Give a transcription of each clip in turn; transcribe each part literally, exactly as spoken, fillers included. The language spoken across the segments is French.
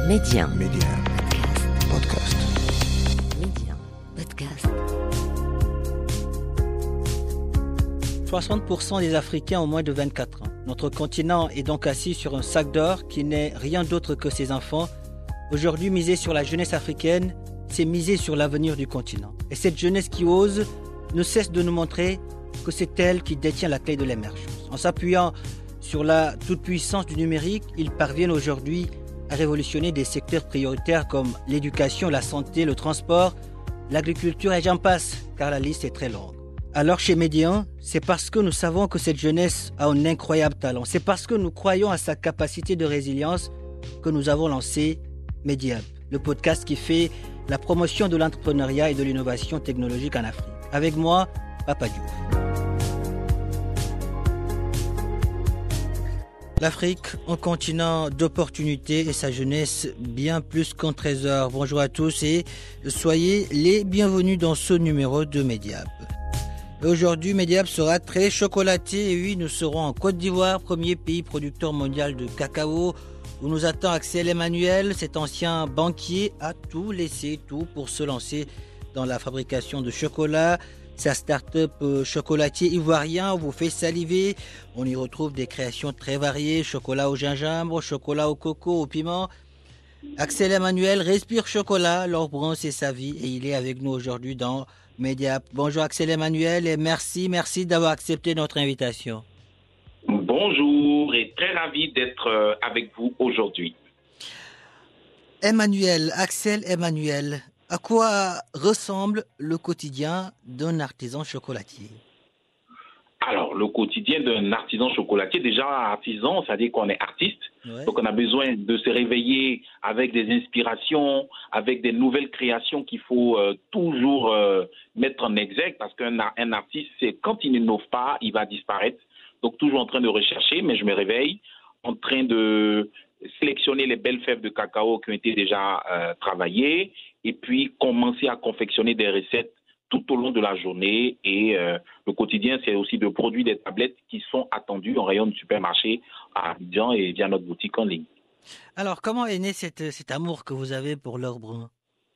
Média. Média. Podcast. Média. Podcast. soixante pour cent des Africains ont moins de vingt-quatre ans. Notre continent est donc assis sur un sac d'or qui n'est rien d'autre que ses enfants. Aujourd'hui, miser sur la jeunesse africaine, c'est miser sur l'avenir du continent. Et cette jeunesse qui ose ne cesse de nous montrer que c'est elle qui détient la clé de l'émergence. En s'appuyant sur la toute-puissance du numérique, ils parviennent aujourd'hui à révolutionner des secteurs prioritaires comme l'éducation, la santé, le transport, l'agriculture et j'en passe, car la liste est très longue. Alors chez Médian, c'est parce que nous savons que cette jeunesse a un incroyable talent. C'est parce que nous croyons à sa capacité de résilience que nous avons lancé Média, le podcast qui fait la promotion de l'entrepreneuriat et de l'innovation technologique en Afrique. Avec moi, Papa Diouf. L'Afrique, un continent d'opportunités et sa jeunesse bien plus qu'un trésor. Bonjour à tous et soyez les bienvenus dans ce numéro de Mediap. Aujourd'hui, Mediap sera très chocolaté et oui, nous serons en Côte d'Ivoire, premier pays producteur mondial de cacao, où nous attend Axel Emmanuel. Cet ancien banquier a tout laissé, tout pour se lancer dans la fabrication de chocolat. Sa start-up euh, chocolatier ivoirien vous fait saliver. On y retrouve des créations très variées, chocolat au gingembre, chocolat au coco, au piment. Axel Emmanuel respire chocolat, l'or brun c'est sa vie et il est avec nous aujourd'hui dans Média. Bonjour Axel Emmanuel et merci, merci d'avoir accepté notre invitation. Bonjour et très ravi d'être avec vous aujourd'hui. Emmanuel, Axel Emmanuel, à quoi ressemble le quotidien d'un artisan chocolatier? Alors, le quotidien d'un artisan chocolatier, déjà artisan, c'est-à-dire qu'on est artiste. Ouais. Donc, on a besoin de se réveiller avec des inspirations, avec des nouvelles créations qu'il faut euh, toujours euh, mettre en exergue parce qu'un un artiste, c'est quand il n'innove pas, il va disparaître. Donc, toujours en train de rechercher, mais je me réveille en train de sélectionner les belles fèves de cacao qui ont été déjà euh, travaillées et puis commencer à confectionner des recettes tout au long de la journée. Et euh, le quotidien, c'est aussi de produire des tablettes qui sont attendues en rayon de supermarché à Abidjan et via notre boutique en ligne. Alors, comment est né cette, cet amour que vous avez pour l'or brun?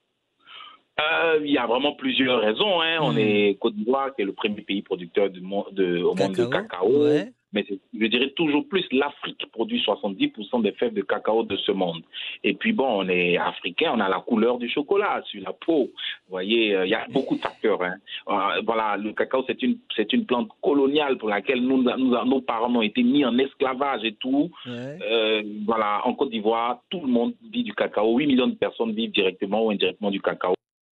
Euh, il y a vraiment plusieurs raisons. Hein. Mmh. On est Côte d'Ivoire, qui est le premier pays producteur du monde, de, au monde de cacao. Ouais. Mais je dirais toujours plus, l'Afrique produit soixante-dix pour cent des fèves de cacao de ce monde. Et puis bon, on est africain, on a la couleur du chocolat sur la peau. Vous voyez, euh, il y a beaucoup de facteurs. Hein. Euh, voilà, le cacao, c'est une, c'est une plante coloniale pour laquelle nous, nous, nos parents ont été mis en esclavage et tout. Ouais. Euh, voilà, en Côte d'Ivoire, tout le monde vit du cacao. huit millions de personnes vivent directement ou indirectement du cacao.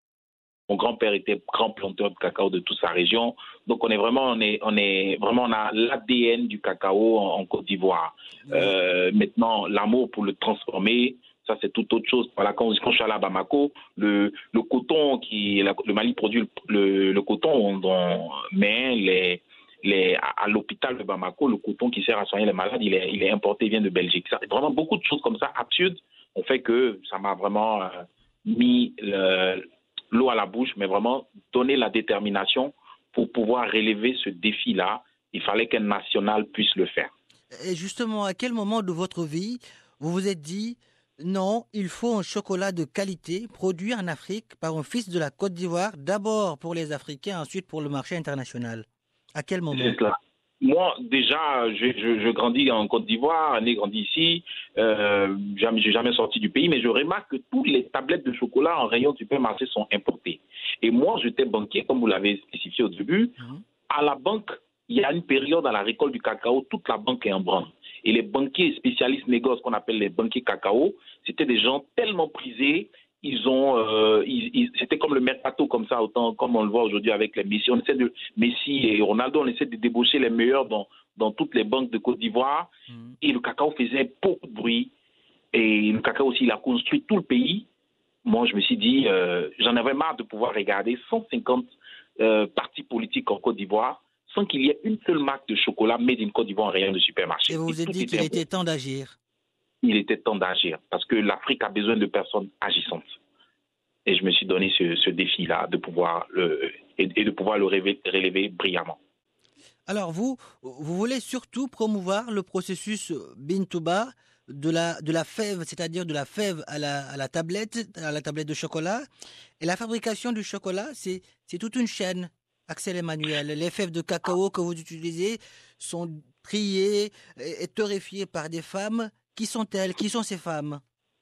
Mon grand-père était grand planteur de cacao de toute sa région. Donc, on est vraiment, on est, on est vraiment, on a l'A D N du cacao en, en Côte d'Ivoire. Mmh. Euh, maintenant, l'amour pour le transformer, ça, c'est toute autre chose. Voilà, quand, quand je suis allé à Bamako, le, le coton qui, la, le Mali produit le, le, le coton, dont, mais les, les, à, à l'hôpital de Bamako, le coton qui sert à soigner les malades, il est, il est importé, il vient de Belgique. Ça, vraiment beaucoup de choses comme ça, absurdes, ont fait que ça m'a vraiment euh, mis le, l'eau à la bouche, mais vraiment donner la détermination pour pouvoir relever ce défi-là. Il fallait qu'un national puisse le faire. Et justement, à quel moment de votre vie vous vous êtes dit non, il faut un chocolat de qualité produit en Afrique par un fils de la Côte d'Ivoire, d'abord pour les Africains, ensuite pour le marché international? À quel moment? C'est cela. Moi, déjà, je, je, je grandis en Côte d'Ivoire, né grandi ici. Euh, je n'ai jamais sorti du pays, mais je remarque que toutes les tablettes de chocolat en rayon de supermarché sont importées. Et moi, j'étais banquier, comme vous l'avez spécifié au début. Mmh. À la banque, il y a une période à la récolte du cacao, toute la banque est en branle. Et les banquiers spécialistes négoces, qu'on appelle les banquiers cacao, c'était des gens tellement prisés. Ils ont, euh, ils, ils, c'était comme le mercato, comme ça, autant comme on le voit aujourd'hui avec les Messi. On essaie de Messi et Ronaldo, on essaie de débaucher les meilleurs dans, dans toutes les banques de Côte d'Ivoire. Mmh. Et le cacao faisait beaucoup de bruit. Et le cacao aussi, il a construit tout le pays. Moi, je me suis dit, euh, j'en avais marre de pouvoir regarder cent cinquante euh, partis politiques en Côte d'Ivoire sans qu'il y ait une seule marque de chocolat made in Côte d'Ivoire en rayon de supermarché. Et vous vous êtes dit qu'il était temps d'agir? Il était temps d'agir parce que l'Afrique a besoin de personnes agissantes. Et je me suis donné ce, ce défi-là de pouvoir le, et, et de pouvoir le relever, relever brillamment. Alors vous, vous voulez surtout promouvoir le processus Bean to Bar de la, de la fève, c'est-à-dire de la fève à la, à la tablette, à la tablette de chocolat. Et la fabrication du chocolat, c'est, c'est toute une chaîne. Axel Emmanuel, les fèves de cacao que vous utilisez sont triées et, et torréfiées par des femmes. Qui sont-elles? Qui sont ces femmes?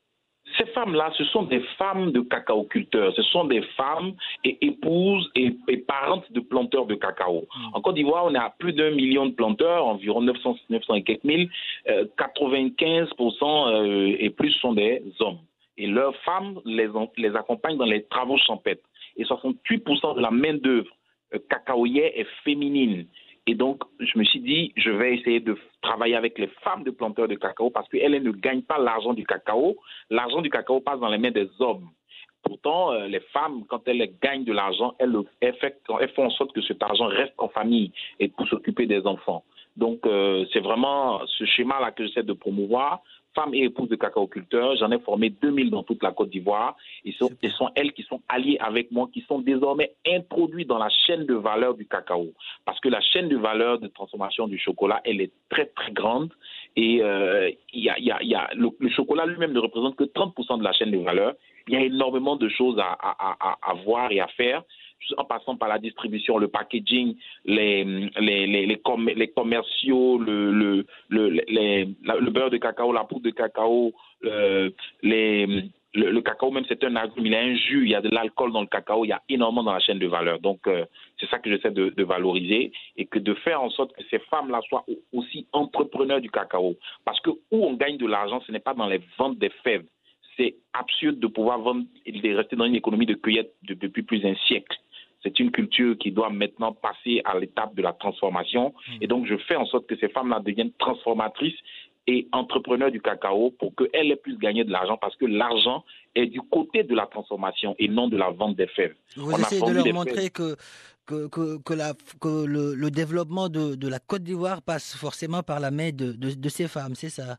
Ces femmes-là, ce sont des femmes de cacaoculteurs. Ce sont des femmes et épouses et, et parentes de planteurs de cacao. Mmh. En Côte d'Ivoire, on est à plus d'un million de planteurs, environ neuf cents, neuf cents et quelques mille. Euh, quatre-vingt-quinze pour cent euh, et plus sont des hommes. Et leurs femmes les, les accompagnent dans les travaux champêtres. Et soixante-huit pour cent de la main-d'œuvre euh, cacaoyère est féminine. Et donc, je me suis dit, je vais essayer de travailler avec les femmes de planteurs de cacao parce qu'elles elles ne gagnent pas l'argent du cacao. L'argent du cacao passe dans les mains des hommes. Pourtant, euh, les femmes, quand elles gagnent de l'argent, elles, elles, elles font en sorte que cet argent reste en famille et pour s'occuper des enfants. Donc, euh, c'est vraiment ce schéma-là que j'essaie de promouvoir. Femmes et épouses de cacaoculteurs, j'en ai formé deux mille dans toute la Côte d'Ivoire. Et ce sont elles qui sont alliées avec moi, qui sont désormais introduites dans la chaîne de valeur du cacao. Parce que la chaîne de valeur de transformation du chocolat, elle est très, très grande. Et euh, y a, y a, y a, le, le chocolat lui-même ne représente que trente pour cent de la chaîne de valeur. Il y a énormément de choses à, à, à, à voir et à faire, en passant par la distribution, le packaging, les, les, les, les, com- les commerciaux, le, le, le, les, le beurre de cacao, la poudre de cacao, euh, les, le, le cacao même c'est un agrume, il y a un jus, il y a de l'alcool dans le cacao, il y a énormément dans la chaîne de valeur. Donc euh, c'est ça que j'essaie de, de valoriser et que de faire en sorte que ces femmes-là soient aussi entrepreneurs du cacao. Parce que où on gagne de l'argent, ce n'est pas dans les ventes des fèves. C'est absurde de pouvoir vendre et de rester dans une économie de cueillette de, depuis plus d'un siècle. C'est une culture qui doit maintenant passer à l'étape de la transformation. Et donc, je fais en sorte que ces femmes-là deviennent transformatrices et entrepreneurs du cacao pour qu'elles aient plus gagné de l'argent parce que l'argent est du côté de la transformation et non de la vente des fèves. Vous essayez de leur montrer que, que, que, que, la, que le, le développement de, de la Côte d'Ivoire passe forcément par la main de, de, de ces femmes, c'est ça?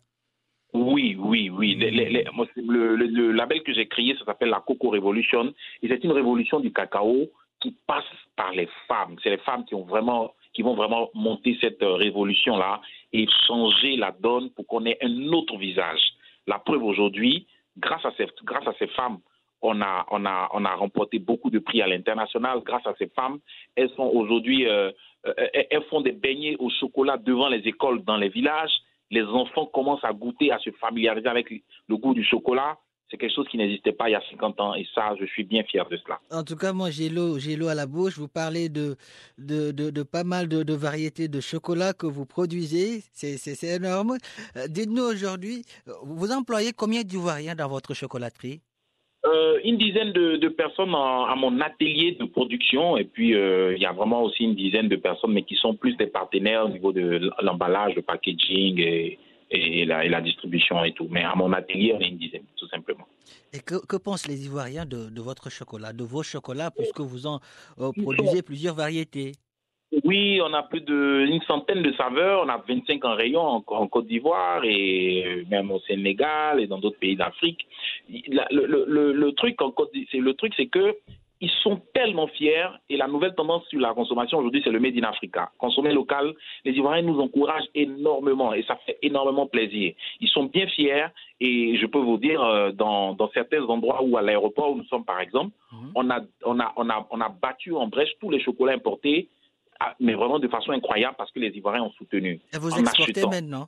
Oui, oui, oui. Les, les, les, le, le, le label que j'ai créé, ça s'appelle la Coco Revolution. Et c'est une révolution du cacao qui passe par les femmes. C'est les femmes qui ont vraiment, qui vont vraiment monter cette révolution-là et changer la donne pour qu'on ait un autre visage. La preuve aujourd'hui, grâce à ces, grâce à ces femmes, on a, on a, on a remporté beaucoup de prix à l'international. Grâce à ces femmes, elles sont aujourd'hui, euh, elles font des beignets au chocolat devant les écoles dans les villages. Les enfants commencent à goûter, à se familiariser avec le goût du chocolat. C'est quelque chose qui n'existait pas il y a cinquante ans et ça, je suis bien fier de cela. En tout cas, moi, j'ai l'eau, j'ai l'eau à la bouche. Vous parlez de, de, de, de pas mal de, de variétés de chocolat que vous produisez. C'est, c'est, c'est énorme. Euh, dites-nous aujourd'hui, vous employez combien d'Ivoiriens dans votre chocolaterie? Euh, une dizaine de, de personnes en, à mon atelier de production et puis euh, il y a vraiment aussi une dizaine de personnes mais qui sont plus des partenaires au niveau de l'emballage, le packaging et, et, la, et la distribution et tout. Mais à mon atelier, on est une dizaine, tout simplement. Et que, que pensent les Ivoiriens de, de votre chocolat, de vos chocolats, puisque vous en euh, produisez plusieurs variétés? Oui, on a plus d'une centaine de saveurs. On a vingt-cinq en rayon en, en Côte d'Ivoire et même au Sénégal et dans d'autres pays d'Afrique. Le, le, le, le truc en Côte d'Ivoire, c'est le truc, c'est que ils sont tellement fiers et la nouvelle tendance sur la consommation aujourd'hui, c'est le Made in Africa. Consommer local, les Ivoiriens nous encouragent énormément et ça fait énormément plaisir. Ils sont bien fiers et je peux vous dire, dans, dans certains endroits où à l'aéroport où nous sommes par exemple, mmh. on, a, on, a, on, a, on a battu en brèche tous les chocolats importés, mais vraiment de façon incroyable parce que les Ivoiriens ont soutenu. Et vous exportez achetant. Maintenant?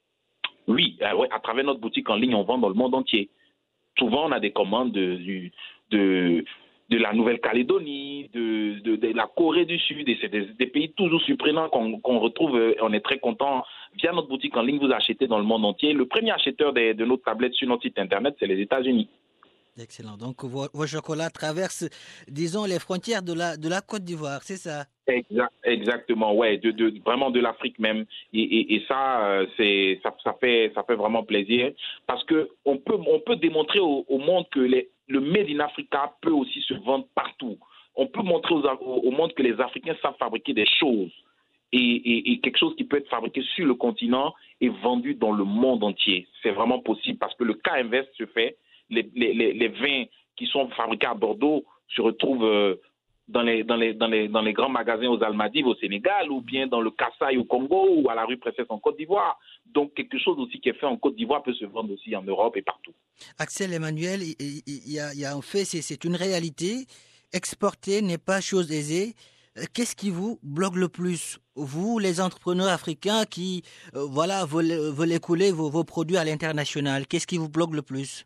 Oui, euh, ouais, à travers notre boutique en ligne, on vend dans le monde entier. Souvent, on a des commandes de, de, de la Nouvelle-Calédonie, de, de, de la Corée du Sud, et c'est des, des pays toujours surprenants qu'on, qu'on retrouve. On est très content. Via notre boutique en ligne, vous achetez dans le monde entier. Le premier acheteur de, de nos tablettes sur notre site internet, c'est les États-Unis. Excellent. Donc, vos, vos chocolats traversent, disons, les frontières de la, de la Côte d'Ivoire, c'est ça? Exact, exactement, ouais, de, de, vraiment de l'Afrique même. Et, et, et ça, c'est, ça, ça, fait, ça fait vraiment plaisir parce qu'on peut, on peut démontrer au, au monde que les, le Made in Africa peut aussi se vendre partout. On peut montrer aux, au monde que les Africains savent fabriquer des choses et, et, et quelque chose qui peut être fabriqué sur le continent et vendu dans le monde entier. C'est vraiment possible parce que le cas inverse se fait. Les, les, les vins qui sont fabriqués à Bordeaux se retrouvent euh, dans les, dans les, dans les, dans les grands magasins aux Almadives au Sénégal, ou bien dans le Kassai au Congo, ou à la rue Princesse en Côte d'Ivoire. Donc, quelque chose aussi qui est fait en Côte d'Ivoire peut se vendre aussi en Europe et partout. Axel Emmanuel, il y a, il y a en fait, c'est, c'est une réalité. Exporter n'est pas chose aisée. Qu'est-ce qui vous bloque le plus, vous, les entrepreneurs africains qui, euh, voilà, veulent, veulent écouler vos, vos produits à l'international? Qu'est-ce qui vous bloque le plus?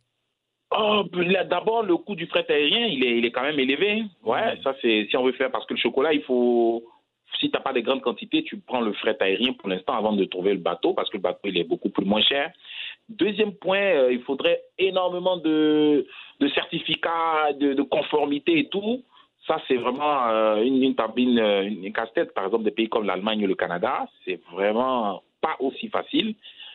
Oh, d'abord, le coût du fret aérien, il est, il est quand même élevé. Ouais, ça c'est, si on veut faire, parce que le chocolat, il faut, si tu n'as pas de grandes quantités, tu prends le fret aérien pour l'instant avant de trouver le bateau, parce que le bateau, il est beaucoup plus moins cher. Deuxième point, euh, il faudrait énormément de, de certificats, de, de conformité et tout. Ça, c'est vraiment euh, une, une, une, une, une casse-tête. Par exemple, des pays comme l'Allemagne ou le Canada, c'est vraiment pas aussi facile.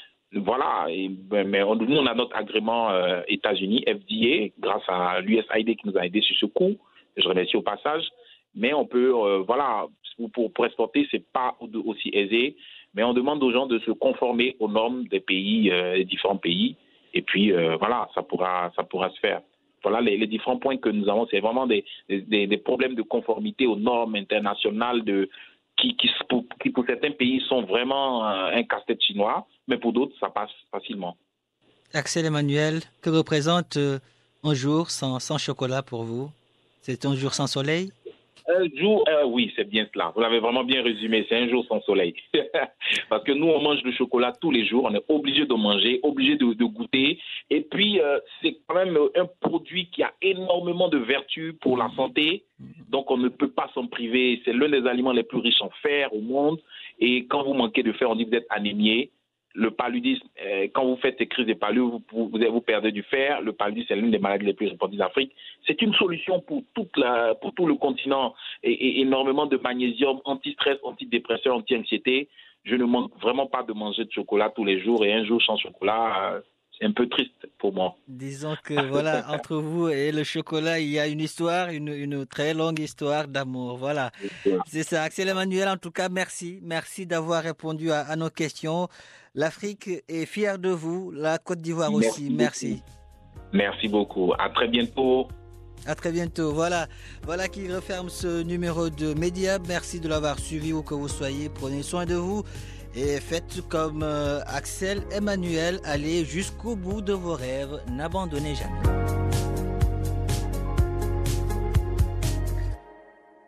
Voilà, et, mais on, nous, on a notre agrément euh, États-Unis, F D A, grâce à l'U S A I D qui nous a aidés sur ce coup. Je remercie au passage. Mais on peut, euh, voilà, pour, pour exporter, c'est pas aussi aisé. Mais on demande aux gens de se conformer aux normes des pays, euh, des différents pays. Et puis, euh, voilà, ça pourra, ça pourra se faire. Voilà, les, les différents points que nous avons, c'est vraiment des, des, des problèmes de conformité aux normes internationales de, qui, qui, pour, qui, pour certains pays, sont vraiment euh, un casse-tête chinois, mais pour d'autres, ça passe facilement. Axel Emmanuel, que représente euh, un jour sans, sans chocolat pour vous? C'est un jour sans soleil? Un jour, euh, oui, c'est bien cela. Vous l'avez vraiment bien résumé. C'est un jour sans soleil. Parce que nous, on mange le chocolat tous les jours. On est obligé de manger, obligé de, de goûter. Et puis, euh, c'est quand même un produit qui a énormément de vertus pour la santé. Donc, on ne peut pas s'en priver. C'est l'un des aliments les plus riches en fer au monde. Et quand vous manquez de fer, on dit que vous êtes anémié. Le paludisme, euh, quand vous faites ces crises de palud, vous, vous, vous perdez du fer. Le paludisme, c'est l'une des maladies les plus répandues d'Afrique. C'est une solution pour, toute la, pour tout le continent. Et, et énormément de magnésium, anti-stress, antidépresseur, anti-anxiété. Je ne manque vraiment pas de manger de chocolat tous les jours. Et un jour sans chocolat, euh, c'est un peu triste pour moi. Disons que, voilà, entre vous et le chocolat, il y a une histoire, une, une très longue histoire d'amour. Voilà, c'est ça. Axel Emmanuel, en tout cas, merci. Merci d'avoir répondu à, à nos questions. L'Afrique est fière de vous, la Côte d'Ivoire aussi. Merci. Merci beaucoup. À très bientôt. À très bientôt. Voilà, voilà qui referme ce numéro de Média. Merci de l'avoir suivi où que vous soyez. Prenez soin de vous et faites comme euh, Axel Emmanuel. Allez jusqu'au bout de vos rêves. N'abandonnez jamais.